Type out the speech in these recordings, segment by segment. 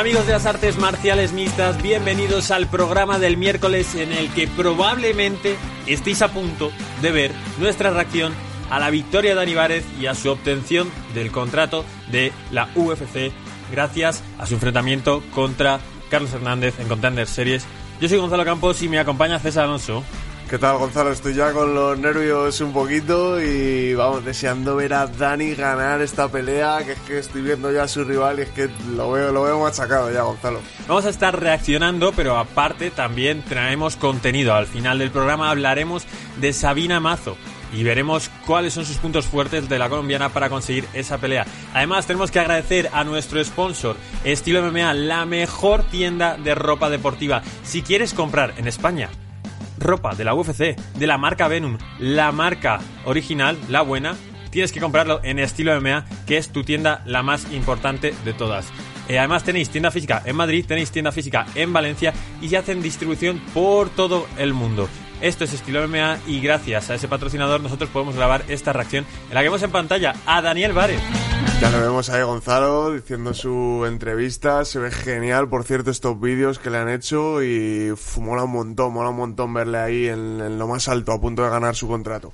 Hola amigos de las artes marciales mixtas, bienvenidos al programa del miércoles en el que probablemente estéis a punto de ver nuestra reacción a la victoria de Anívarez y a su obtención del contrato de la UFC gracias a su enfrentamiento contra Carlos Hernández en Contender Series. Yo soy Gonzalo Campos y me acompaña César Alonso. ¿Qué tal, Gonzalo? Estoy ya con los nervios un poquito y vamos, deseando ver a Dani ganar esta pelea, que es que estoy viendo ya a su rival y es que lo veo machacado ya, Gonzalo. Vamos a estar reaccionando, pero aparte también traemos contenido. Al final del programa hablaremos de Sabina Mazo y veremos cuáles son sus puntos fuertes de la colombiana para conseguir esa pelea. Además, tenemos que agradecer a nuestro sponsor, Estilo MMA, la mejor tienda de ropa deportiva. Si quieres comprar en España ropa de la UFC, de la marca Venum, la marca original, la buena, tienes que comprarlo en Estilo MMA, que es tu tienda la más importante de todas. Además tenéis tienda física en Madrid, tenéis tienda física en Valencia y se hacen distribución por todo el mundo. Esto es Estilo MMA y gracias a ese patrocinador nosotros podemos grabar esta reacción en la que vemos en pantalla a Daniel Várez. Ya lo vemos ahí, Gonzalo, diciendo su entrevista, se ve genial, por cierto, estos vídeos que le han hecho y mola un montón verle ahí en lo más alto, a punto de ganar su contrato.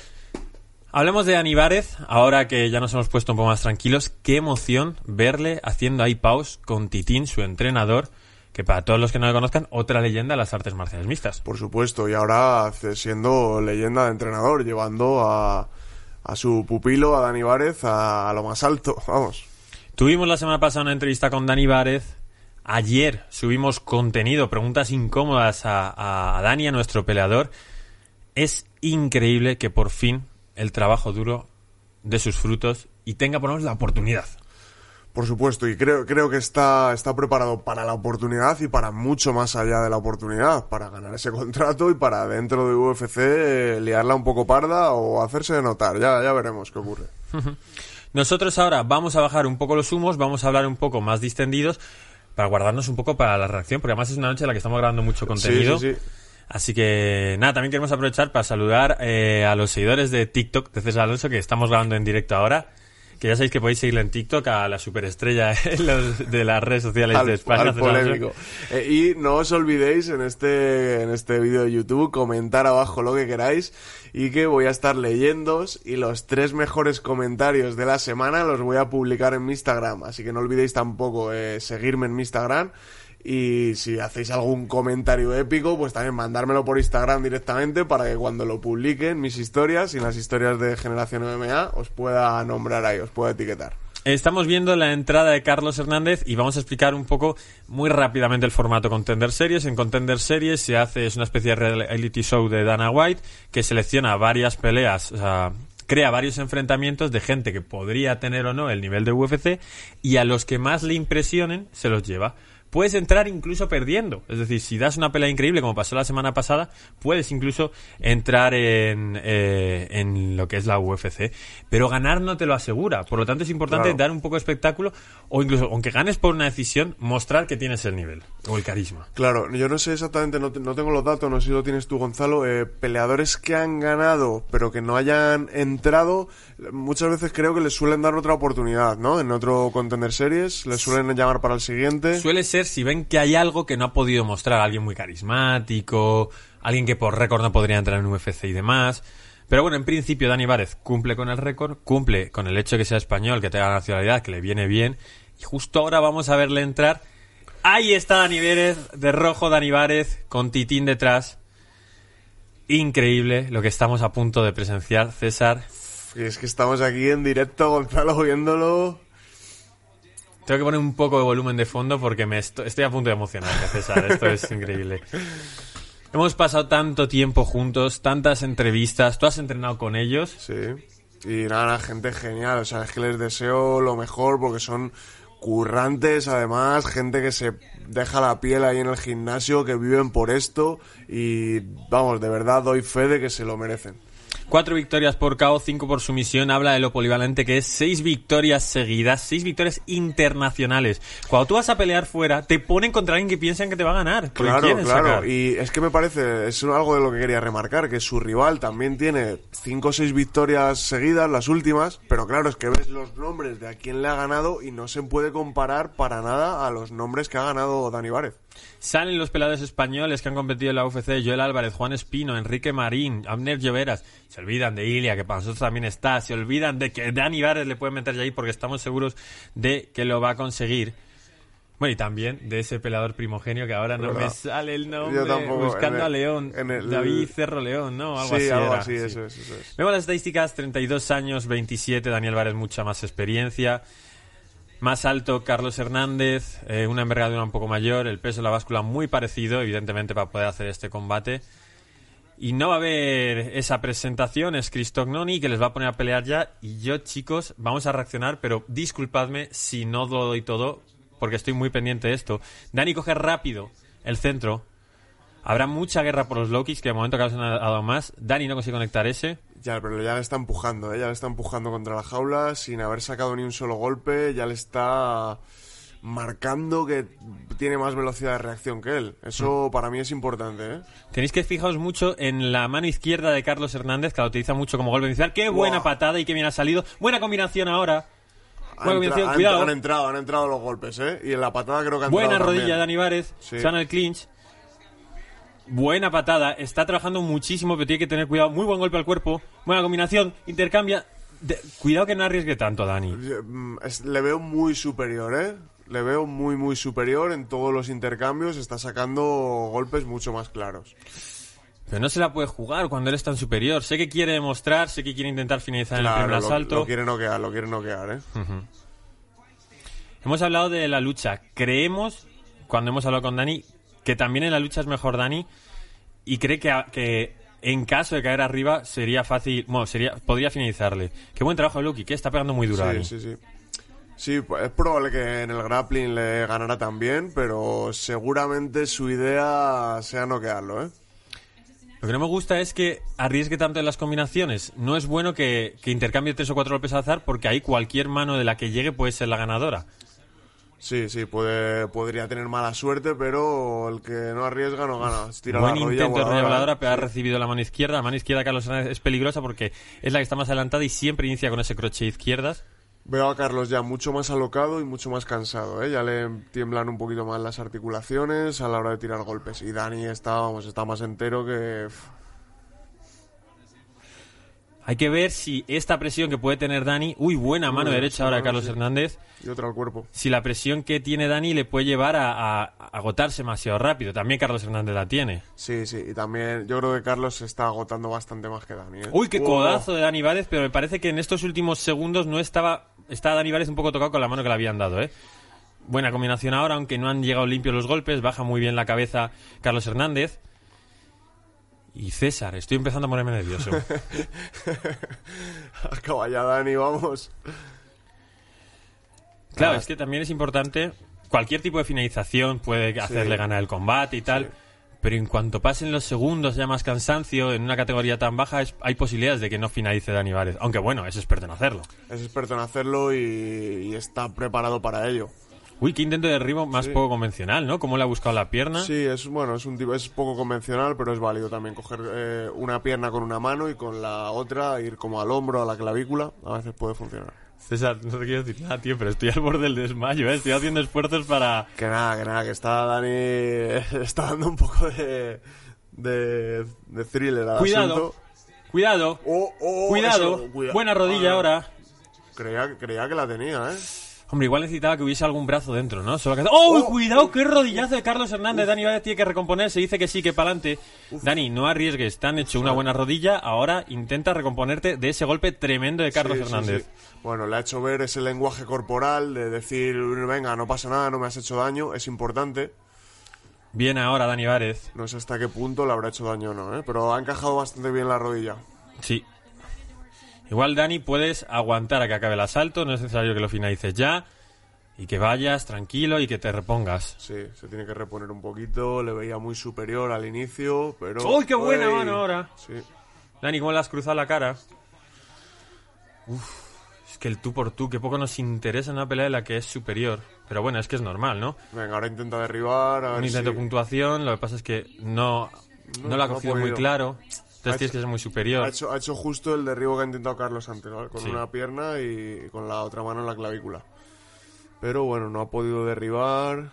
Hablemos de Anívarez, ahora que ya nos hemos puesto un poco más tranquilos. Qué emoción verle haciendo ahí paus con Titín, su entrenador, que para todos los que no le conozcan, otra leyenda de las artes marciales mixtas. Por supuesto, y ahora siendo leyenda de entrenador, llevando a su pupilo, a Dani Várez, a lo más alto, vamos. Tuvimos la semana pasada una entrevista con Dani Várez. Ayer subimos contenido, preguntas incómodas a Dani, a nuestro peleador. Es increíble que por fin el trabajo duro dé sus frutos y tenga por lo menos la oportunidad. Por supuesto, y creo que está preparado para la oportunidad y para mucho más allá de la oportunidad, para ganar ese contrato y para dentro de UFC liarla un poco parda o hacerse notar. Ya veremos qué ocurre. Nosotros ahora vamos a bajar un poco los humos, vamos a hablar un poco más distendidos para guardarnos un poco para la reacción, porque además es una noche en la que estamos grabando mucho contenido. Sí. Así que nada, también queremos aprovechar para saludar a los seguidores de TikTok de César Alonso, que estamos grabando en directo ahora. Que ya sabéis que podéis seguirle en TikTok a la superestrella de las redes sociales de España. Al polémico. Y no os olvidéis en este vídeo de YouTube comentar abajo lo que queráis y que voy a estar leyéndoos y los 3 mejores comentarios de la semana los voy a publicar en mi Instagram. Así que no olvidéis tampoco seguirme en mi Instagram. Y si hacéis algún comentario épico, pues también mandármelo por Instagram directamente para que cuando lo publique en mis historias y en las historias de Generación MMA os pueda nombrar ahí, os pueda etiquetar. Estamos viendo la entrada de Carlos Hernández y vamos a explicar un poco muy rápidamente el formato Contender Series. En Contender Series es una especie de reality show de Dana White que selecciona varias peleas, o sea, crea varios enfrentamientos de gente que podría tener o no el nivel de UFC y a los que más le impresionen se los lleva. Puedes entrar incluso perdiendo. Es decir, si das una pelea increíble, como pasó la semana pasada, puedes incluso entrar en lo que es la UFC. Pero ganar no te lo asegura. Por lo tanto, es importante dar un poco de espectáculo o incluso, aunque ganes por una decisión, mostrar que tienes el nivel o el carisma. Claro, yo no sé exactamente, no tengo los datos, no sé si lo tienes tú, Gonzalo. Peleadores que han ganado pero que no hayan entrado, muchas veces creo que les suelen dar otra oportunidad, ¿no? En otro Contender Series, les suelen llamar para el siguiente. Suele ser si ven que hay algo que no ha podido mostrar, alguien muy carismático, alguien que por récord no podría entrar en UFC y demás. Pero bueno, en principio Dani Várez cumple con el récord, cumple con el hecho de que sea español, que tenga nacionalidad, que le viene bien. Y justo ahora vamos a verle entrar. Ahí está Dani Várez, de rojo Dani Várez, con Titín detrás. Increíble lo que estamos a punto de presenciar, César. Y es que estamos aquí en directo, Gonzalo, viéndolo. Tengo que poner un poco de volumen de fondo porque estoy a punto de emocionarme, César. Esto es increíble. Hemos pasado tanto tiempo juntos, tantas entrevistas. ¿Tú has entrenado con ellos? Sí. Y nada, gente genial. O sea, es que les deseo lo mejor porque son currantes, además, gente que se deja la piel ahí en el gimnasio, que viven por esto y, vamos, de verdad doy fe de que se lo merecen. 4 victorias por KO, 5 por sumisión. Habla de lo polivalente que es. 6 victorias seguidas, 6 victorias internacionales. Cuando tú vas a pelear fuera, te ponen contra alguien que piensan que te va a ganar. Claro. Y es que me parece, es algo de lo que quería remarcar, que su rival también tiene 5 o 6 victorias seguidas, las últimas, pero claro, es que ves los nombres de a quién le ha ganado y no se puede comparar para nada a los nombres que ha ganado Dani Várez. Salen los peleadores españoles que han competido en la UFC: Joel Álvarez, Juan Espino, Enrique Marín, Abner Lloveras. Se olvidan de Ilia, que para nosotros también está. Se olvidan de que Dani Várez le puede meter ya ahí porque estamos seguros de que lo va a conseguir. Bueno, y también de ese peleador primogenio que ahora no me sale el nombre. Yo tampoco. Buscando a León. David Cerro León, ¿no? Algo así. Algo era. así, eso es. Vemos las estadísticas: 32 años, 27. Daniel Várez, mucha más experiencia. Más alto, Carlos Hernández, una envergadura un poco mayor, el peso de la báscula muy parecido, evidentemente, para poder hacer este combate. Y no va a haber esa presentación, es Chris Tognoni, que les va a poner a pelear ya. Y yo, chicos, vamos a reaccionar, pero disculpadme si no lo doy todo, porque estoy muy pendiente de esto. Dani coge rápido el centro. Habrá mucha guerra por los low kicks, que de momento Carlos ha dado más. Dani no consigue conectar ese. Ya, pero ya le está empujando, ya le está empujando contra la jaula sin haber sacado ni un solo golpe, ya le está marcando que tiene más velocidad de reacción que él. Eso para mí es importante, ¿eh? Tenéis que fijaros mucho en la mano izquierda de Carlos Hernández, que la utiliza mucho como golpe inicial. ¡Qué buena patada y qué bien ha salido! Buena combinación ahora. Cuidado. Han entrado los golpes, ¿eh? Y en la patada creo que han buena entrado rodilla de también. Dani Várez, sí. Se van al clinch. Buena patada, está trabajando muchísimo, pero tiene que tener cuidado. Muy buen golpe al cuerpo, buena combinación, intercambia. Cuidado que no arriesgue tanto, Dani. Le veo muy superior, ¿eh? Le veo muy superior en todos los intercambios. Está sacando golpes mucho más claros. Pero no se la puede jugar cuando él es tan superior. Sé que quiere demostrar, sé que quiere intentar finalizar en el primer asalto. Lo quiere noquear, ¿eh? Uh-huh. Hemos hablado de la lucha. Creemos, cuando hemos hablado con Dani, que también en la lucha es mejor Dani, y cree que en caso de caer arriba sería fácil, bueno, podría finalizarle. Qué buen trabajo de Lucky, que está pegando muy duro. Sí, pues es probable que en el grappling le ganara también, pero seguramente su idea sea noquearlo, ¿eh? Lo que no me gusta es que arriesgue tanto en las combinaciones. No es bueno que intercambie 3 o 4 golpes al azar, porque ahí cualquier mano de la que llegue puede ser la ganadora. Sí, podría tener mala suerte, pero el que no arriesga no gana. Buen intento de rodilla voladora, pero ha recibido la mano izquierda. La mano izquierda de Carlos Hernández es peligrosa porque es la que está más adelantada y siempre inicia con ese crochet izquierdas. Veo a Carlos ya mucho más alocado y mucho más cansado, ¿eh? Ya le tiemblan un poquito más las articulaciones a la hora de tirar golpes. Y Dani está más entero que... Hay que ver si esta presión que puede tener Dani... Uy, buena mano derecha ahora de Carlos Hernández. Y otra al cuerpo. Si la presión que tiene Dani le puede llevar a agotarse demasiado rápido. También Carlos Hernández la tiene. Sí. Y también yo creo que Carlos se está agotando bastante más que Dani, ¿eh? Uy, qué codazo de Dani Várez. Pero me parece que en estos últimos segundos no estaba Dani Várez un poco tocado con la mano que le habían dado, ¿eh? Buena combinación ahora, aunque no han llegado limpios los golpes. Baja muy bien la cabeza Carlos Hernández. Y César, estoy empezando a ponerme nervioso. Acaba ya, Dani, vamos. Claro, es que también es importante. Cualquier tipo de finalización puede hacerle ganar el combate y tal. Sí. Pero en cuanto pasen los segundos, ya más cansancio, en una categoría tan baja, hay posibilidades de que no finalice Dani Várez. Aunque bueno, es experto en hacerlo. Es experto en hacerlo y está preparado para ello. Uy, qué intento de derribo más poco convencional, ¿no? ¿Cómo le ha buscado la pierna? Sí, es poco convencional, pero es válido también coger una pierna con una mano y con la otra ir como al hombro, a la clavícula. A veces puede funcionar. César, no te quiero decir nada, tío, pero estoy al borde del desmayo, ¿eh? Estoy haciendo esfuerzos para... Que nada, que está Dani... Está dando un poco de thriller al asunto. Cuidado. Cuidado. Buena rodilla ahora. Creía que la tenía, ¿eh? Hombre, igual necesitaba que hubiese algún brazo dentro, ¿no? ¡Oh! ¡Cuidado! ¡Qué rodillazo de Carlos Hernández! Dani Várez tiene que recomponerse. Dice que sí, que para adelante. Dani, no arriesgues. Te han hecho una buena rodilla. Ahora intenta recomponerte de ese golpe tremendo de Carlos Hernández. Sí. Bueno, le ha hecho ver ese lenguaje corporal de decir, venga, no pasa nada, no me has hecho daño. Es importante. Bien ahora, Dani Várez. No sé hasta qué punto le habrá hecho daño o no, ¿eh? Pero ha encajado bastante bien la rodilla. Sí. Igual, Dani, puedes aguantar a que acabe el asalto, no es necesario que lo finalices ya, y que vayas tranquilo y que te repongas. Sí, se tiene que reponer un poquito, le veía muy superior al inicio, pero... ¡Uy, qué buena mano ahora! Sí. Dani, ¿cómo le has cruzado la cara? Es que el tú por tú, que poco nos interesa en una pelea en la que es superior. Pero bueno, es que es normal, ¿no? Venga, ahora intenta derribar. Un intento de puntuación, lo que pasa es que no lo ha cogido muy claro. Entonces tienes que ser muy superior. Ha hecho justo el derribo que ha intentado Carlos antes, ¿vale? Con Sí. una pierna y con la otra mano en la clavícula. Pero bueno, no ha podido derribar.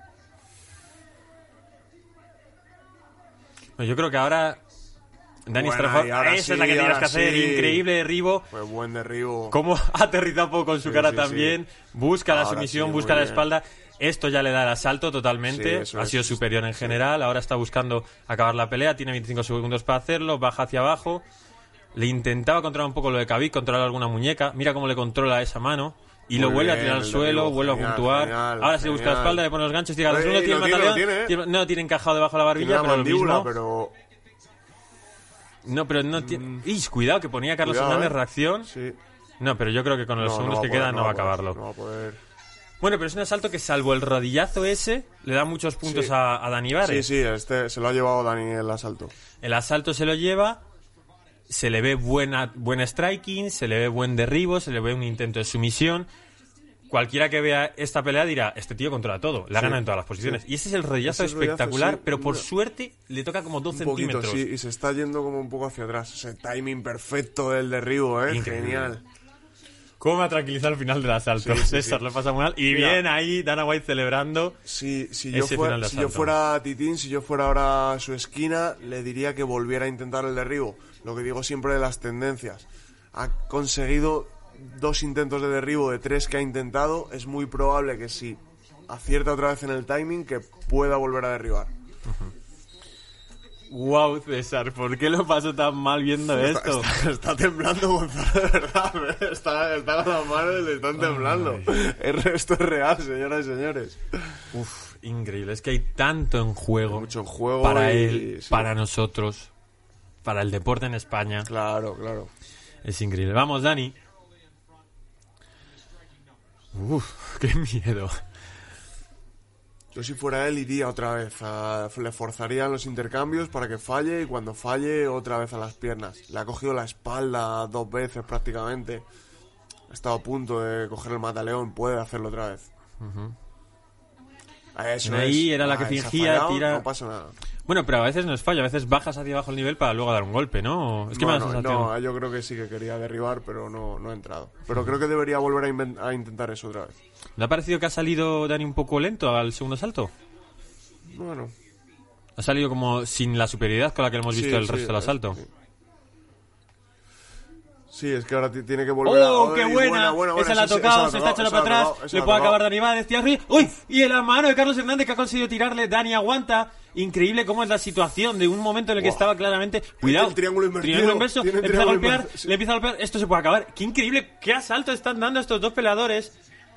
No, yo creo que ahora Dani Bueno, Strafón, y ahora esa sí, es la que tienes ahora que hacer. sí. Increíble derribo. Pues buen derribo. Cómo ha aterrizado un poco con su Sí, cara sí, también. Busca la Ahora sumisión, sí, busca muy la bien. espalda. Esto ya le da el asalto Sí, totalmente. eso Ha es. sido superior en general. Ahora está buscando acabar la pelea. Tiene 25 segundos para hacerlo. Baja hacia abajo. Le intentaba controlar un poco lo de Khabib, controlar alguna muñeca. Mira cómo le controla esa mano. Y Muy lo vuelve a bien, tirar al el suelo, derribo, vuelve genial, a puntuar. genial, Ahora se busca la genial. espalda, le pone los ganchos, tira. Lo Uno tiene tiene, mataleón, lo tiene, no tiene encajado debajo de la Tiene barbilla, una pero lo mandíbula, mismo. pero... No, pero no tiene. Cuidado, que ponía Carlos Cuidado, Hernández reacción. Sí. No, pero yo creo que con los segundos que quedan no va a acabarlo. No va a poder. Bueno, pero es un asalto que, salvo el rodillazo ese, le da muchos puntos Sí. a Dani Vares. Sí, este se lo ha llevado Dani el asalto. El asalto se lo lleva, se le ve buen striking, se le ve buen derribo, se le ve un intento de sumisión. Cualquiera que vea esta pelea dirá, este tío controla todo, le ha Sí. ganado en todas las posiciones. Y ese es el rodillazo Ese rodillazo, espectacular, sí. pero por suerte le toca como 2 Un poquito, centímetros. sí, y se está yendo como un poco hacia atrás. Ese timing perfecto del derribo, Increíble. Genial. ¿Cómo me ha tranquilizado al final del asalto? Sí, sí, César sí. lo pasa muy mal. Y Mira. bien ahí, Dana White celebrando. Si Ese yo final de asalto. fuera Titín, si yo fuera ahora a su esquina, le diría que volviera a intentar el derribo. Lo que digo siempre de las tendencias. Ha conseguido 2 intentos de derribo de 3 que ha intentado. Es muy probable que si acierta otra vez en el timing, que pueda volver a derribar. Wow, César, ¿por qué lo paso tan mal viendo esto? Está temblando Gonzalo, de verdad. Está con las manos y le están temblando. Esto es real, señoras y señores. Uf, increíble. Es que hay tanto en juego. Mucho en juego. Para y- él, sí. para nosotros, para el deporte en España. Claro. Es increíble. Vamos, Dani. Uf, qué miedo. Yo si fuera él iría otra vez, le forzarían los intercambios para que falle y cuando falle otra vez a las piernas. Le ha cogido la espalda 2 veces prácticamente. Ha estado a punto de coger el mataleón, puede hacerlo otra vez. Eso Ahí es. era la que Se ha fingía, fallado, tira. No pasa nada. Bueno, pero a veces no es fallo, a veces bajas hacia abajo el nivel para luego dar un golpe, ¿no? Es que me da la sensación. No, yo creo que sí que quería derribar, pero no ha entrado. Pero creo que debería volver a intentar eso otra vez. ¿Le ha parecido que ha salido Dani un poco lento al segundo salto? Bueno. Ha salido como sin la superioridad con la que hemos visto el resto del asalto. Sí. Sí, es que ahora tiene que volver a... ¡Oh, qué ¡Ay, buena! Esa la ha tocado, se está echando para atrás. Le puede acabar Dani Vares, tío arriba. ¡Uy! Y en la mano de Carlos Hernández que ha conseguido tirarle. Dani aguanta. Increíble cómo es la situación de un momento en el que estaba claramente. Cuidado. El triángulo invertido. Triángulo inverso. Tiene Le empieza a triángulo golpear. inverso. Le empieza a golpear. Esto se puede acabar. ¡Qué increíble! ¡Qué asalto están dando estos dos peleadores!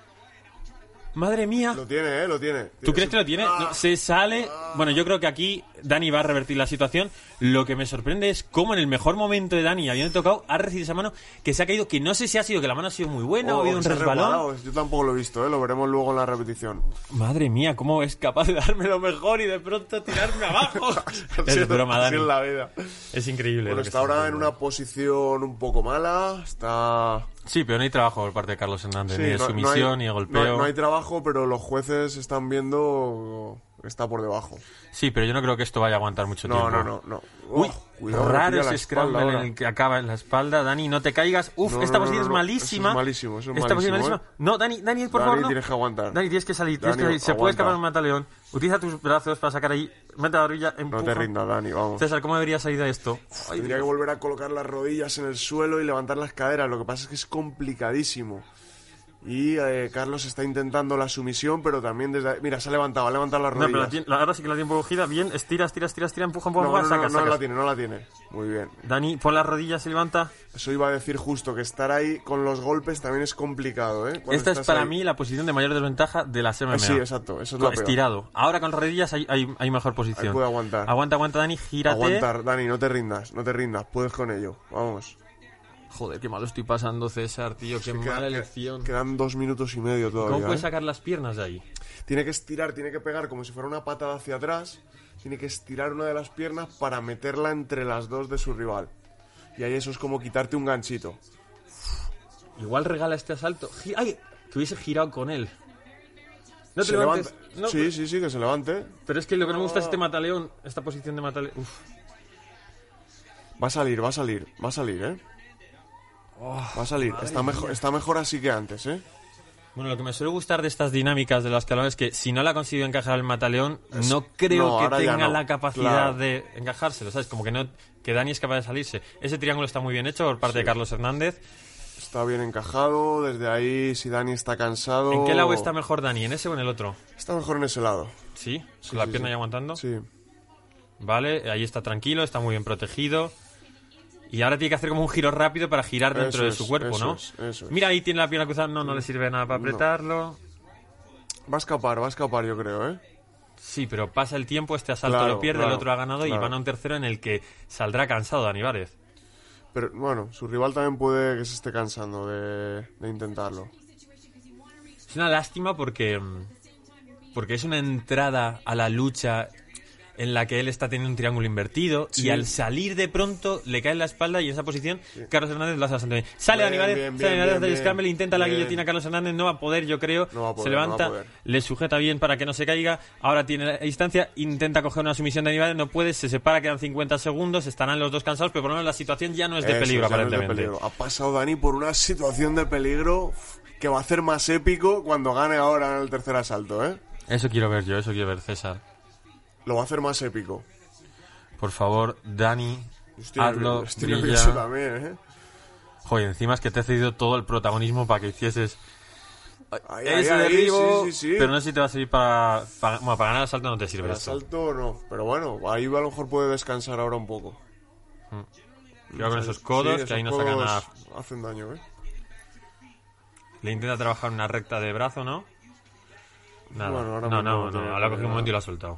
Madre mía. Lo tiene, lo tiene. ¿Tú crees que lo tiene? No, se sale. Bueno, yo creo que aquí Dani va a revertir la situación. Lo que me sorprende es cómo en el mejor momento de Dani, habiendo tocado, ha recibido esa mano que se ha caído. Que no sé si ha sido que la mano ha sido muy buena o ha habido un se ha resbalón. resbalado. Yo tampoco lo he visto, lo veremos luego en la repetición. Madre mía, cómo es capaz de darme lo mejor y de pronto tirarme abajo. Así Es broma, así Dani. es la vida. Es increíble. Bueno, lo que está ahora en haciendo. una posición un poco mala. Está... Sí, pero no hay trabajo por parte de Carlos Hernández. Sí, ni de no- sumisión, no hay- ni de golpeo. No hay trabajo, pero los jueces están viendo que está por debajo. Sí, pero yo no creo que esto vaya a aguantar mucho tiempo. No. Uy, Cuidado, raro retira la ese scramble espalda en ahora. el que acaba en la espalda. Dani, no te caigas. Uf, No, esta no, posición no, es no. malísima. Eso es malísimo, eso es Esta posición es malísimo, malísima. No, Dani, por Dani, favor, no. tienes que aguantar. Dani, tienes que salir. Dani, Se puede escapar aguanta. un mataleón. Utiliza tus brazos para sacar ahí. Mete la orilla, No empuja. te rindas, Dani, vamos. César, ¿cómo debería salir de esto? Ay, Tendría que volver a colocar las rodillas en el suelo y levantar las caderas. Lo que pasa es que es complicadísimo. Y Carlos está intentando la sumisión, pero también desde... Mira, se ha levantado las no, pero rodillas. ahora sí que la tiene un poco cogida. Bien, estira, empuja, No, saca. no la tiene. Muy bien. Dani, pon las rodillas y levanta. Eso iba a decir justo, que estar ahí con los golpes también es complicado, ¿eh? Cuando Esta es estás para ahí. mí la posición de mayor desventaja de las MMA. Sí, exacto, eso es la peor. Estirado. Ahora con rodillas hay mejor posición. Ahí puede aguantar. Aguanta, Dani, gírate. Aguantar, Dani, no te rindas, puedes con ello, vamos. Joder, qué malo estoy pasando, César, tío, qué mala elección. Quedan 2 minutos y medio todavía. ¿Cómo puedes ¿eh? sacar las piernas de ahí? Tiene que estirar, tiene que pegar como si fuera una patada hacia atrás. Tiene que estirar una de las piernas para meterla entre las dos de su rival. Y ahí eso es como quitarte un ganchito. Igual regala este asalto. ¡Ay! Que hubiese girado con él. No te Se levantes. levanta. No, Sí, que se levante. pero es que lo que no me gusta es este mataleón. Esta posición de mataleón. Uf. Va a salir, ¿eh? Va a salir. Está mejor así que antes, ¿eh? Bueno, lo que me suele gustar de estas dinámicas de las que hablamos es que si no la ha conseguido encajar el mataleón, no creo que ahora ya tenga no. la capacidad Claro. de encajárselo, ¿sabes? Como que Dani es capaz de salirse. Ese triángulo está muy bien hecho por parte de Carlos Hernández. Está bien encajado. Desde ahí, si Dani está cansado... ¿En qué lado está mejor Dani? ¿En ese o en el otro? Está mejor en ese lado. ¿Sí? ¿Con la pierna sí. ya aguantando? Sí. Vale, ahí está tranquilo, está muy bien protegido. Y ahora tiene que hacer como un giro rápido para girar dentro Eso de es, su cuerpo, eso ¿no? es. Mira, ahí tiene la pierna cruzada. No le sirve nada para apretarlo. Va a escapar, yo creo, ¿eh? Sí, pero pasa el tiempo, este asalto Claro, lo pierde, el claro, otro ha ganado y claro. van a un tercero en el que saldrá cansado Dani Várez. Pero bueno, su rival también puede que se esté cansando de intentarlo. Es una lástima porque es una entrada a la lucha en la que él está teniendo un triángulo invertido Sí. y al salir de pronto le cae en la espalda y en esa posición Carlos Hernández lo hace bastante bien. Sale Bien, Dani Várez, bien, sale Dani Várez del bien, scramble, intenta la bien. guillotina a Carlos Hernández, no va a poder, yo creo. No va a poder, se levanta, no va a poder. le sujeta bien para que no se caiga, ahora tiene la distancia, intenta coger una sumisión de Dani Várez, no puede, se separa, quedan 50 segundos, estarán los dos cansados, pero por lo menos la situación ya no es de Eso, peligro ya no es de aparentemente. peligro. Ha pasado Dani por una situación de peligro que va a hacer más épico cuando gane ahora en el tercer asalto, ¿eh? Eso quiero ver yo, eso quiero ver, César. Lo va a hacer más épico. Por favor, Dani, hazlo, Estoy nervioso brilla. también, ¿eh? Joder, encima es que te he cedido todo el protagonismo para que hicieses Ahí, ese ahí, derribo, sí. pero no sé si te va a servir para ganar el asalto, no te sirve El esto. asalto no, pero bueno, ahí a lo mejor puede descansar ahora un poco. Cuidado con esos codos, Sí, que ahí no esos sacan codos nada. hacen daño, ¿eh? Le intenta trabajar una recta de brazo, ¿no? Nada. Bueno, ahora no, mismo ahora ha cogido un momento y lo ha soltado.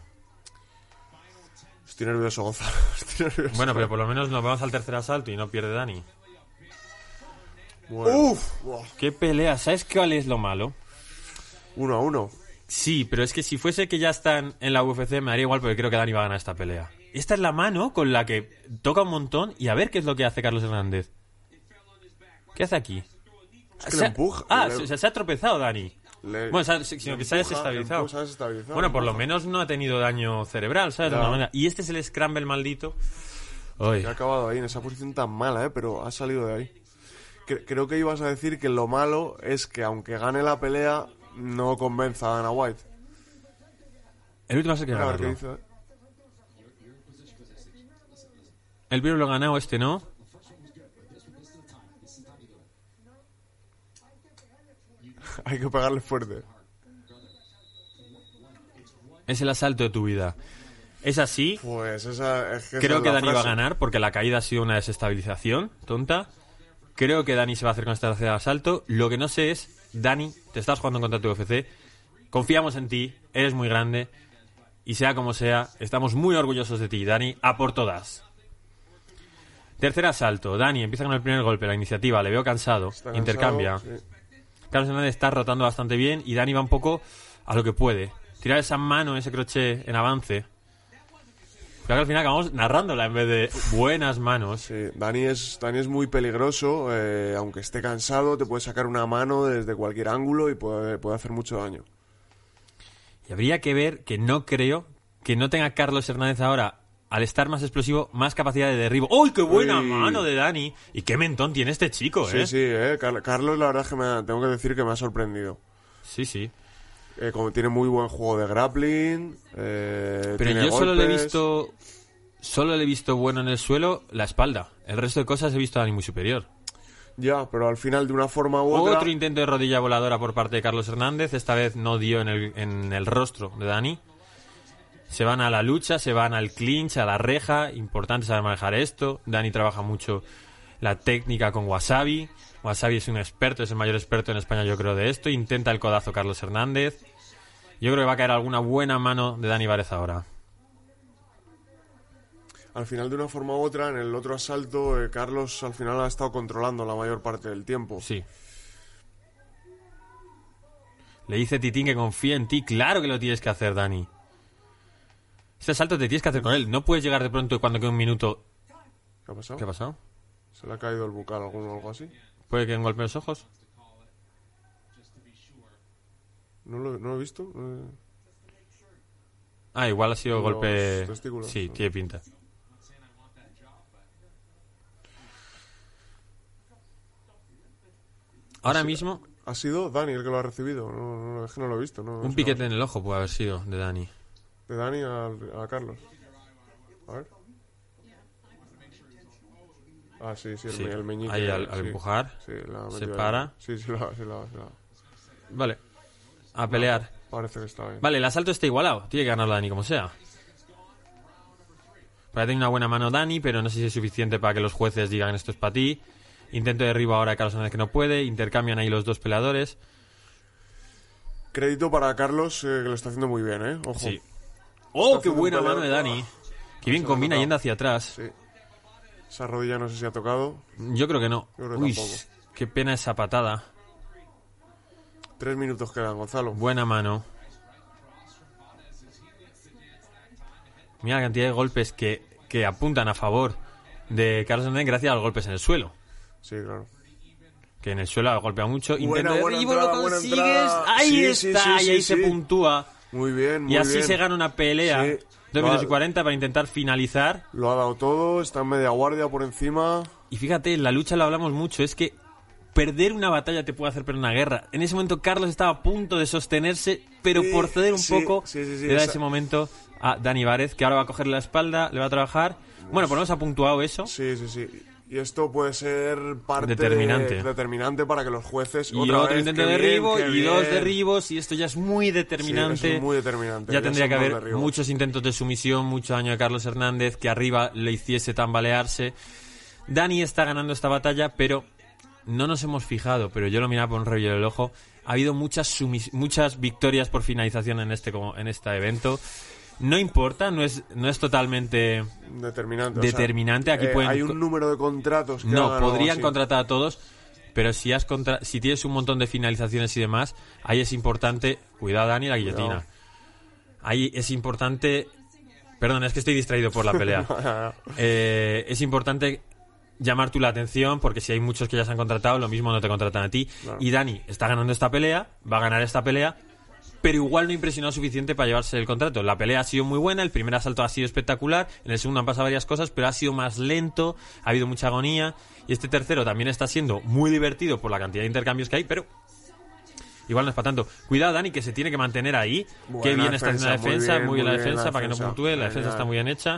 Estoy nervioso, Gonzalo. Estoy nervioso. Bueno, pero por lo menos nos vamos al tercer asalto y no pierde Dani. Bueno. ¡Uf! Buah. ¿Qué pelea? ¿Sabes cuál es lo malo? 1-1. Sí, pero es que si fuese que ya están en la UFC me daría igual porque creo que Dani va a ganar esta pelea. Esta es la mano con la que toca un montón y a ver qué es lo que hace Carlos Hernández. ¿Qué hace aquí? Es que le empuja. Se ha tropezado Dani. Bueno, sino que se ha desestabilizado. Se ha desestabilizado. Bueno, por lo menos no ha tenido daño cerebral, ¿sabes? De Ya. alguna manera. Y este es el scramble maldito. Uy. Que ha acabado ahí en esa posición tan mala, pero ha salido de ahí. Creo que ibas a decir que lo malo es que aunque gane la pelea, no convenza a Dana White. El último es el que A ver qué ganarlo. dice. El primero lo ha ganado, este no. Hay que pegarle fuerte. Es el asalto de tu vida. Es así. Pues esa es que Creo esa que es la Dani va a frase. ganar porque la caída ha sido una desestabilización tonta. Creo que Dani se va a hacer con este tercer asalto. Lo que no sé es, Dani, te estás jugando contra tu UFC. Confiamos en ti, eres muy grande. Y sea como sea, estamos muy orgullosos de ti, Dani. A por todas. Tercer asalto. Dani empieza con el primer golpe, la iniciativa. Le veo cansado. Está cansado, Intercambia. sí. Carlos Hernández está rotando bastante bien y Dani va un poco a lo que puede. Tirar esa mano, ese crochet en avance. Pero al final acabamos narrándola en vez de buenas manos. Sí, Dani es muy peligroso. Aunque esté cansado, te puede sacar una mano desde cualquier ángulo y puede hacer mucho daño. Y habría que ver que no creo que no tenga Carlos Hernández ahora, al estar más explosivo, más capacidad de derribo. ¡Uy, qué buena Uy. mano de Dani! Y qué mentón tiene este chico, ¿eh? Sí, Carlos, la verdad es que tengo que decir que me ha sorprendido. Sí, sí. Como tiene muy buen juego de grappling. Pero tiene yo solo le he golpes. visto... Solo le he visto bueno en el suelo la espalda. El resto de cosas he visto a Dani muy superior. Ya, pero al final, de una forma u otra. Otro intento de rodilla voladora por parte de Carlos Hernández. Esta vez no dio en el rostro de Dani. Se van a la lucha, se van al clinch, a la reja. Importante saber manejar esto. Dani trabaja mucho la técnica con Wasabi. Wasabi es un experto, es el mayor experto en España, yo creo, de esto. Intenta el codazo Carlos Hernández. Yo creo que va a caer alguna buena mano de Dani Várez ahora. Al final, de una forma u otra, en el otro asalto, Carlos al final ha estado controlando la mayor parte del tiempo. Sí. Le dice Titín que confía en ti. Claro que lo tienes que hacer, Dani. Este asalto te tienes que hacer con él. No puedes llegar de pronto y cuando quede un minuto... ¿Qué ha pasado? ¿Qué ha pasado? ¿Se le ha caído el bucal o algo así? ¿Puede que en golpe los ojos? ¿No lo he visto? Igual ha sido Los golpe... testículos, Sí, ¿no? tiene pinta. Ahora mismo, ¿Ha sido Dani el que lo ha recibido? Es que no lo he visto. No un sé. piquete en el ojo puede haber sido de Dani. De Dani a Carlos. A ver. Sí, Sí, el meñique. ahí al sí. empujar, Sí, la ha se metido para. ahí. Sí, la. Vale, a pelear. Parece que está bien. Vale, el asalto está igualado. Tiene que ganarlo Dani como sea. Parece tener una buena mano Dani, pero no sé si es suficiente para que los jueces digan esto es para ti. Intento de derribo ahora a Carlos Hernández que no puede. Intercambian ahí los dos peleadores. Crédito para Carlos, que lo está haciendo muy bien, ¿eh? Ojo. Sí. ¡Oh, qué haciendo buena un mano de peleador. Dani! Qué bien Se lo ha combina notado. yendo hacia atrás. Sí. Esa rodilla no sé si ha tocado. Yo creo que no. Yo creo que Uy, tampoco. qué pena esa patada. 3 minutos quedan, Gonzalo. Buena mano. Mira la cantidad de golpes que apuntan a favor de Carlos Hernández gracias a los golpes en el suelo. Sí, claro. Que en el suelo ha golpeado mucho. Buena Intento de derribo, entrada, lo buena consigues. entrada. Ahí Sí, está, sí, y ahí sí, se sí. puntúa. Muy bien, muy Y así bien. se gana una pelea. Sí. 2 minutos y 40 para intentar finalizar. Lo ha dado todo, está en media guardia por encima. Y fíjate, en la lucha lo hablamos mucho. Es que perder una batalla te puede hacer perder una guerra. En ese momento Carlos estaba a punto de sostenerse, pero Sí, por ceder un sí, poco, sí, le da esa- ese momento a Dani Várez, que ahora va a cogerle la espalda, le va a trabajar. Bueno, por lo menos ha puntuado eso. Sí, sí, sí. Y esto puede ser parte Determinante. para que los jueces... Y otra otro vez, intento qué de bien, derribo, qué y 2 bien. derribos, y esto ya es muy determinante. Sí, eso es muy determinante. Ya tendría son que dos haber derribos. muchos intentos de sumisión, mucho daño de Carlos Hernández, que arriba le hiciese tambalearse. Dani está ganando esta batalla, pero no nos hemos fijado, pero yo lo miraba por un rabillo del ojo. Ha habido muchas victorias por finalización en este evento. No importa, no es totalmente Determinante. determinante. Aquí pueden hay un número de contratos que no, hagan algo podrían así. contratar a todos, pero si tienes un montón de finalizaciones y demás, ahí es importante... Cuidado, Dani, la guillotina. Cuidado. Ahí es importante... Perdón, es que estoy distraído por la pelea. Es importante llamar tú la atención, porque si hay muchos que ya se han contratado, lo mismo no te contratan a ti. Claro. Y Dani está ganando esta pelea, va a ganar esta pelea, pero igual no ha impresionado suficiente para llevarse el contrato. La pelea ha sido muy buena, el primer asalto ha sido espectacular, en el segundo han pasado varias cosas, pero ha sido más lento, ha habido mucha agonía, y este tercero también está siendo muy divertido por la cantidad de intercambios que hay, pero igual no es para tanto. Cuidado, Dani, que se tiene que mantener ahí. Buena Qué bien está haciendo la defensa, muy bien la bien defensa, la para que no defensa. puntúe, la defensa Genial. está muy bien hecha.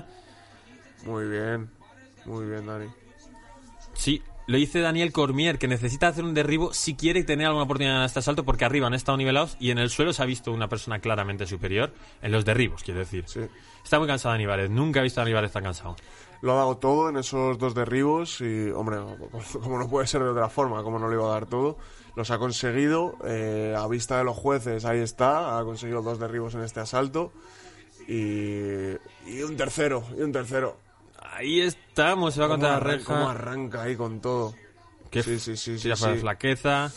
Muy bien, Dani. Sí, lo dice Daniel Cormier, que necesita hacer un derribo si quiere tener alguna oportunidad en este asalto, porque arriba han estado nivelados y en el suelo se ha visto una persona claramente superior en los derribos, quiero decir. Sí. Está muy cansado Dani Várez, nunca he visto a Dani Várez tan cansado. Lo ha dado todo en esos 2 derribos y, hombre, como no puede ser de otra forma, como no le iba a dar todo, los ha conseguido, a vista de los jueces, ahí está, ha conseguido 2 derribos en este asalto y un tercero. Ahí estamos, se va contra la reja. ¿Cómo arranca ahí con todo? Qué Sí. tira para la flaqueza.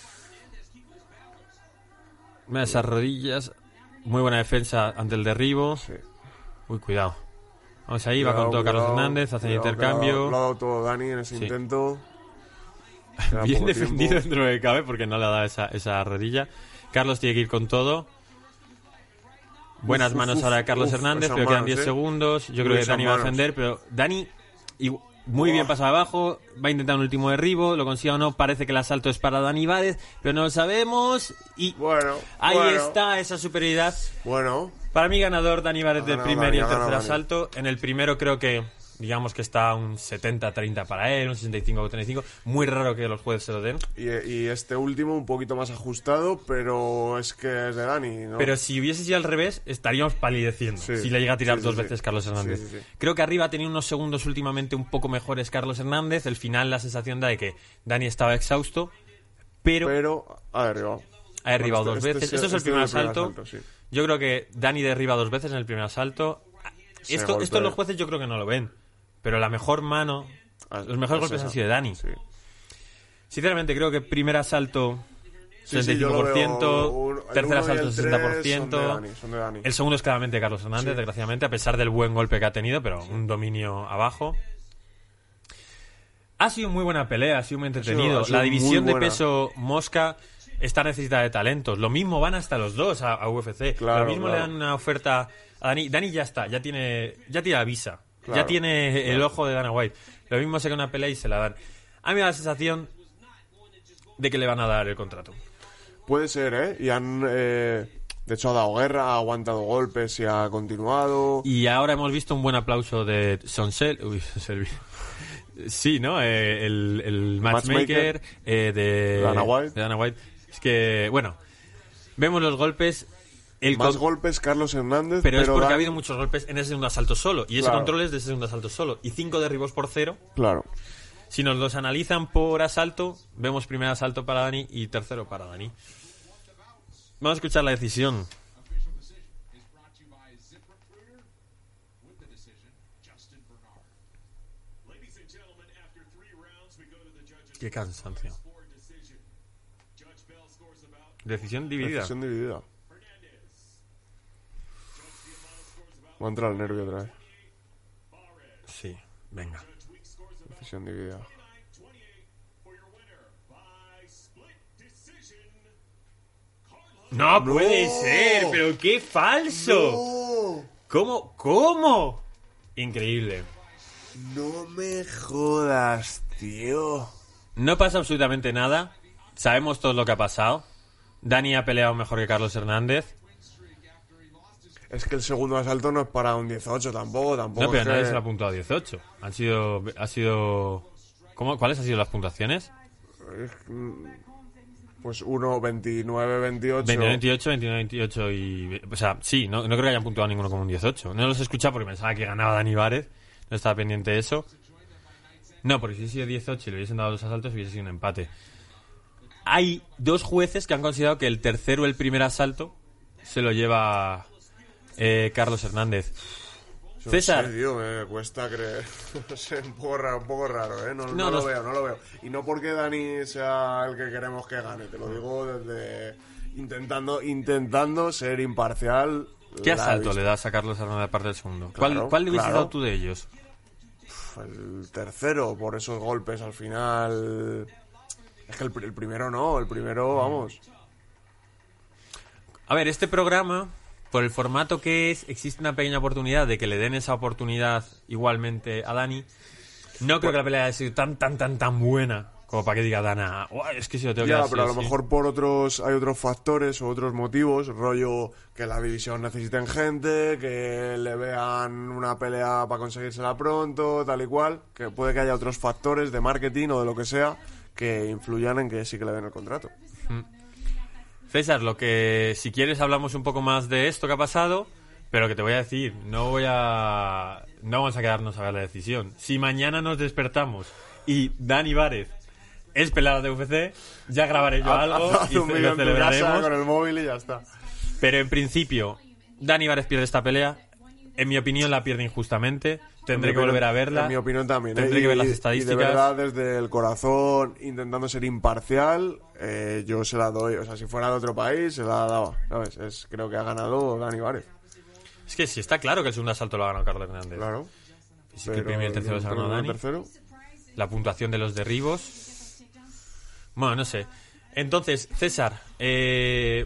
Mira esas rodillas. Muy buena defensa ante el derribo. Sí. Uy, cuidado. Vamos ahí, va con todo Carlos Cuidado, Hernández, hace el cuidado, intercambio. Lo ha dado todo Dani en ese Sí. intento. Queda Bien poco defendido tiempo. dentro de cabe porque no le ha dado esa rodilla. Carlos tiene que ir con todo. Buenas manos ahora de Carlos Hernández, esas pero quedan manos, 10 segundos. Yo creo que esas Dani va a manos. defender, pero Dani muy bien pasado abajo, va a intentar un último derribo, lo consiga o no, parece que el asalto es para Dani Várez, pero no lo sabemos y Bueno, ahí bueno, está esa superioridad. Bueno, Para mí ganador Dani Várez Ha del ganado primer Dani, y el ha ganado tercer Dani. asalto. En el primero creo que digamos que está un 70-30 para él, un 65-35. Muy raro que los jueces se lo den. y este último un poquito más ajustado, pero es que es de Dani, ¿no? Pero si hubiese sido al revés, estaríamos palideciendo. Sí. Si le llega a tirar Sí, 2 sí, veces sí. Carlos Hernández. Sí, sí, sí. Creo que arriba ha tenido unos segundos últimamente un poco mejores Carlos Hernández. El final la sensación da de que Dani estaba exhausto, pero ha derribado. ha derribado Bueno, 2 veces. Esto es el este primer es el asalto. sí. Yo creo que Dani derriba 2 veces en el primer asalto. Ese Esto golpe- los jueces yo creo que no lo ven. Pero la mejor mano, los mejores golpes esa. han sido de Dani. Sí. Sinceramente creo que primer asalto Sí, yo lo 65%, veo, el tercer 1 y asalto el 3 60%. son de Dani. El segundo es claramente Carlos Hernández, Sí. desgraciadamente, a pesar del buen golpe que ha tenido, pero un dominio abajo. Ha sido muy buena pelea, ha sido muy entretenido. Ha sido La división muy de buena. peso mosca está necesitada de talentos. Lo mismo van hasta los dos a UFC. Claro, Lo mismo claro. le dan una oferta a Dani. Dani ya está, ya tiene la visa. Claro, ya tiene el ojo de Dana White. Lo mismo saca una pelea y se la dan. A mí me da la sensación de que le van a dar el contrato. Puede ser, ¿eh? Y han... de hecho, ha dado guerra, ha aguantado golpes y ha continuado. Y ahora hemos visto un buen aplauso de Selby. Sí, ¿no? El matchmaker de Dana White. de Dana White. Es que, bueno, vemos los golpes. Más golpes Carlos Hernández, pero es porque ha Dani- habido muchos golpes en ese segundo asalto solo. Y ese Claro. control es de ese segundo asalto solo. Y 5 derribos por 0. Claro. Si nos los analizan por asalto, vemos primer asalto para Dani y tercero para Dani. Vamos a escuchar la decisión. Qué cansancio. Decisión dividida. Decisión dividida. Va a entrar el nervio otra vez. Sí, venga. Decisión dividida. No puede ser, pero qué falso. ¿Cómo? Increíble. No me jodas, tío. No pasa absolutamente nada. Sabemos todo lo que ha pasado. Dani ha peleado mejor que Carlos Hernández. Es que el segundo asalto no es para un 18 tampoco. No, es pero que- nadie se lo ha apuntado a 18. Ha sido... ¿Cuáles han sido las puntuaciones? Pues 1, 29, 28. 29-28, 29-28 y... O sea, sí, no creo que hayan puntuado ninguno como un 18. No los he escuchado porque pensaba que ganaba Dani Várez. No estaba pendiente de eso. No, porque si hubiese sido 18 y le hubiesen dado 2 asaltos hubiese sido un empate. Hay 2 jueces que han considerado que el tercero o el primer asalto se lo lleva Carlos Hernández. No César. sé, tío, me cuesta creer. No sé, un poco raro, ¿eh? No No lo veo. Y no porque Dani sea el que queremos que gane, te lo Mm. digo desde... Intentando ser imparcial. ¿Qué La he asalto visto. le das a Carlos Hernández aparte del segundo? Claro, ¿Cuál le hubieses claro. dado tú de ellos? El tercero, por esos golpes al final... Es que el primero no, el primero, vamos... A ver, este programa, por el formato que es, existe una pequeña oportunidad de que le den esa oportunidad igualmente a Dani. No creo que la pelea haya sido tan buena como para que diga Dana, "Uah, es que si lo tengo que Ya, dar sí pero a o lo sí". mejor hay otros factores o otros motivos, rollo que la división necesiten gente, que le vean una pelea para conseguírsela pronto, tal y cual, que puede que haya otros factores de marketing o de lo que sea que influyan en que sí que le den el contrato. César, si quieres hablamos un poco más de esto que ha pasado, pero que te voy a decir, no vamos a quedarnos a ver la decisión. Si mañana nos despertamos y Dani Várez es peleador de UFC, ya grabaré yo algo Haz y un lo vídeo en tu casa celebraremos. con el móvil y ya está. Pero en principio, Dani Várez pierde esta pelea. En mi opinión la pierde injustamente. Tendré que volver a verla. En mi opinión también. Tendré que ver las Y estadísticas. de verdad, desde el corazón, intentando ser imparcial, yo se la doy. O sea, si fuera de otro país, se la daba. ¿Sabes? Creo que ha ganado Dani Várez. Es que sí, está claro que el segundo asalto lo ha ganado Carlos Hernández. Claro. Sí que el primero y el tercero se ha ganado Dani. tercero. La puntuación de los derribos. Bueno, no sé. Entonces, César, ¿Qué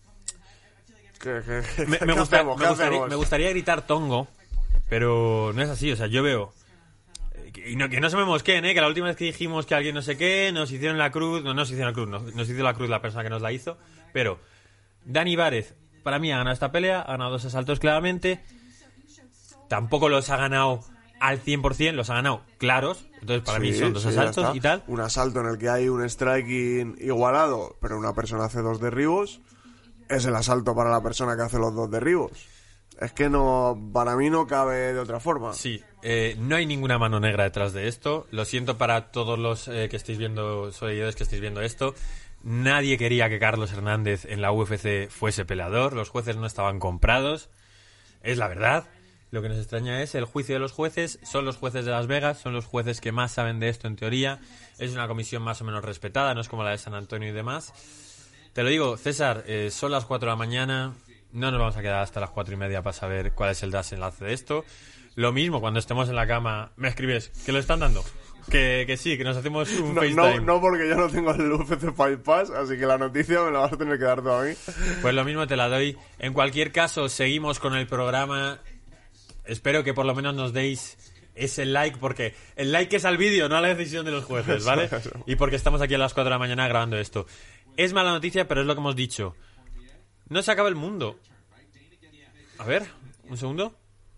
me hacemos? gustaría gritar Tongo, pero no es así. O sea, yo veo... que no se me mosqueen, que la última vez que dijimos que alguien no sé qué, nos hicieron la cruz... No nos hicieron la cruz, nos hizo la cruz la persona que nos la hizo. Pero Dani Várez, para mí, ha ganado esta pelea, ha ganado 2 asaltos claramente. Tampoco los ha ganado al 100%, los ha ganado claros. Entonces, para mí son 2 ya asaltos está. y tal. Un asalto en el que hay un striking igualado, pero una persona hace 2 derribos, es el asalto para la persona que hace los 2 derribos. Es que para mí no cabe de otra forma. Sí, no hay ninguna mano negra detrás de esto. Lo siento para todos los que estéis viendo, seguidores que estéis viendo esto. Nadie quería que Carlos Hernández en la UFC fuese peleador. Los jueces no estaban comprados. Es la verdad. Lo que nos extraña es el juicio de los jueces. Son los jueces de Las Vegas, son los jueces que más saben de esto en teoría. Es una comisión más o menos respetada, no es como la de San Antonio y demás. Te lo digo, César, son las 4 de la mañana. No nos vamos a quedar hasta las 4:30 para saber cuál es el desenlace de esto. Lo mismo, cuando estemos en la cama, me escribes, ¿que lo están dando? Que sí, que nos hacemos un No, FaceTime. no, porque yo no tengo el UFC Fight Pass, así que la noticia me la vas a tener que dar tú a mí. Pues lo mismo te la doy. En cualquier caso, seguimos con el programa. Espero que por lo menos nos deis ese like, porque el like es al vídeo, no a la decisión de los jueces, ¿vale? Eso. Y porque estamos aquí a las 4 de la mañana grabando esto. Es mala noticia, pero es lo que hemos dicho. No se acaba el mundo. A ver, un segundo.